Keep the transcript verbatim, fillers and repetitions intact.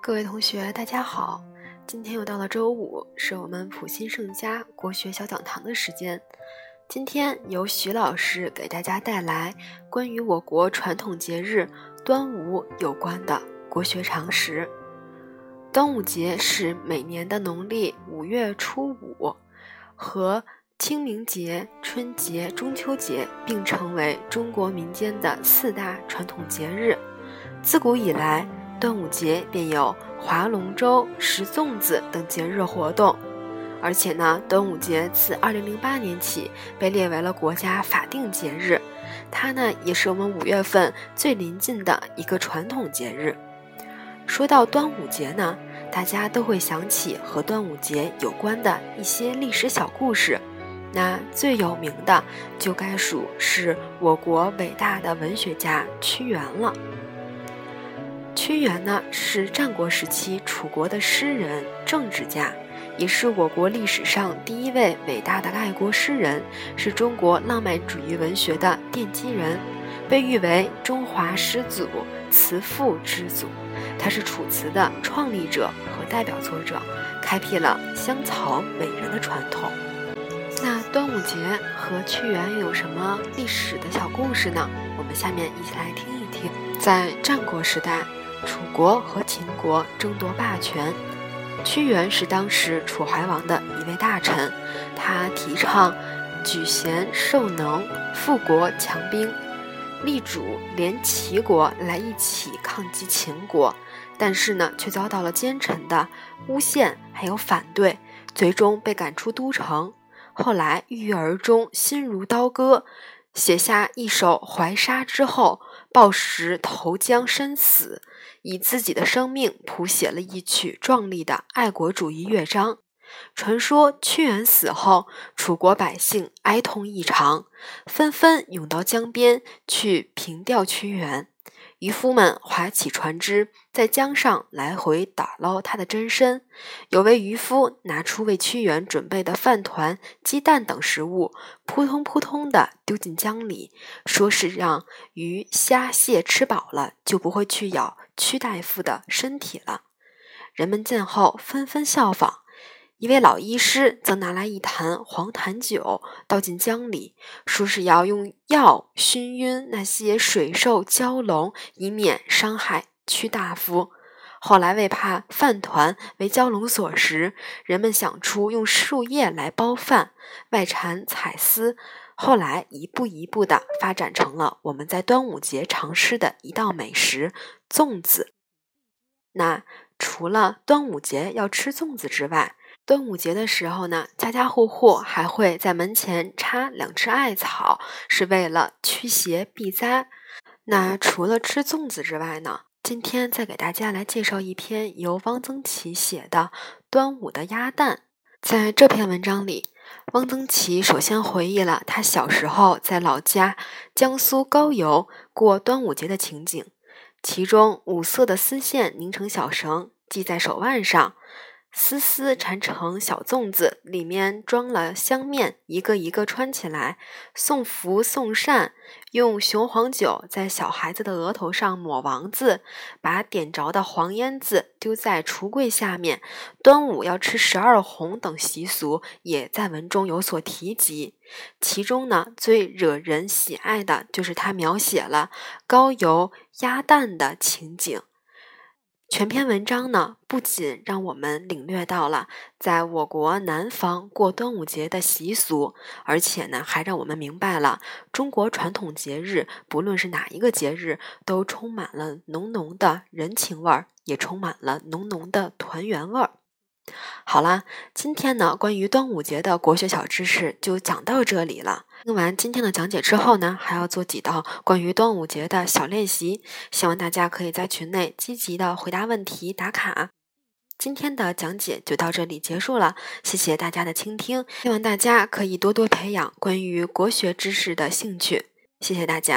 各位同学大家好，今天又到了周五，是我们普新盛家国学小讲堂的时间。今天由徐老师给大家带来关于我国传统节日端午有关的国学常识。端午节是每年的农历五月初五，和清明节、春节、中秋节并称为中国民间的四大传统节日。自古以来，端午节便有划龙舟、食粽子等节日活动，而且呢，端午节自二零零八年起被列为了国家法定节日，它呢也是我们五月份最临近的一个传统节日。说到端午节呢，大家都会想起和端午节有关的一些历史小故事，那最有名的就该属是我国伟大的文学家屈原了。屈原呢是战国时期楚国的诗人、政治家，也是我国历史上第一位伟大的爱国诗人，是中国浪漫主义文学的奠基人，被誉为中华诗祖、词赋之祖。他是楚辞的创立者和代表作者，开辟了香草美人的传统。那端午节和屈原又有什么历史的小故事呢？我们下面一起来听一听。在战国时代，楚国和秦国争夺霸权，屈原是当时楚怀王的一位大臣，他提倡举贤授能、富国强兵，力主连齐国来一起抗击秦国，但是呢，却遭到了奸臣的诬陷还有反对，最终被赶出都城。后来郁郁而终，心如刀割，写下一首怀沙之后，抱石投江身死，以自己的生命谱写了一曲壮丽的爱国主义乐章。传说屈原死后，楚国百姓哀痛异常，纷纷涌到江边去凭吊屈原。渔夫们划起船只，在江上来回打捞他的真身。有位渔夫拿出为屈原准备的饭团、鸡蛋等食物，扑通扑通地丢进江里，说是让鱼、虾、蟹吃饱了，就不会去咬屈大夫的身体了。人们见后纷纷效仿。一位老医师则拿来一坛黄坛酒，倒进江里，说是要用药熏晕那些水兽蛟龙，以免伤害屈大夫。后来为怕饭团为蛟龙所食，人们想出用树叶来包饭，外缠彩丝，后来一步一步地发展成了我们在端午节常吃的一道美食——粽子。那除了端午节要吃粽子之外，端午节的时候呢，家家户户还会在门前插两枝艾草，是为了驱邪避灾。那除了吃粽子之外呢，今天再给大家来介绍一篇由汪曾祺写的《端午的鸭蛋》。在这篇文章里，汪曾祺首先回忆了他小时候在老家江苏高邮过端午节的情景，其中五色的丝线拧成小绳，系在手腕上，丝丝缠成小粽子，里面装了香面，一个一个穿起来，送福送善，用雄黄酒在小孩子的额头上抹王字，把点着的黄烟子丢在橱柜下面，端午要吃十二红等习俗也在文中有所提及。其中呢，最惹人喜爱的就是他描写了高邮鸭蛋的情景。全篇文章呢，不仅让我们领略到了在我国南方过端午节的习俗，而且呢，还让我们明白了中国传统节日，不论是哪一个节日，都充满了浓浓的人情味儿，也充满了浓浓的团圆味儿。好啦，今天呢，关于端午节的国学小知识就讲到这里了。听完今天的讲解之后呢，还要做几道关于端午节的小练习，希望大家可以在群内积极的回答问题打卡。今天的讲解就到这里结束了，谢谢大家的倾听，希望大家可以多多培养关于国学知识的兴趣，谢谢大家。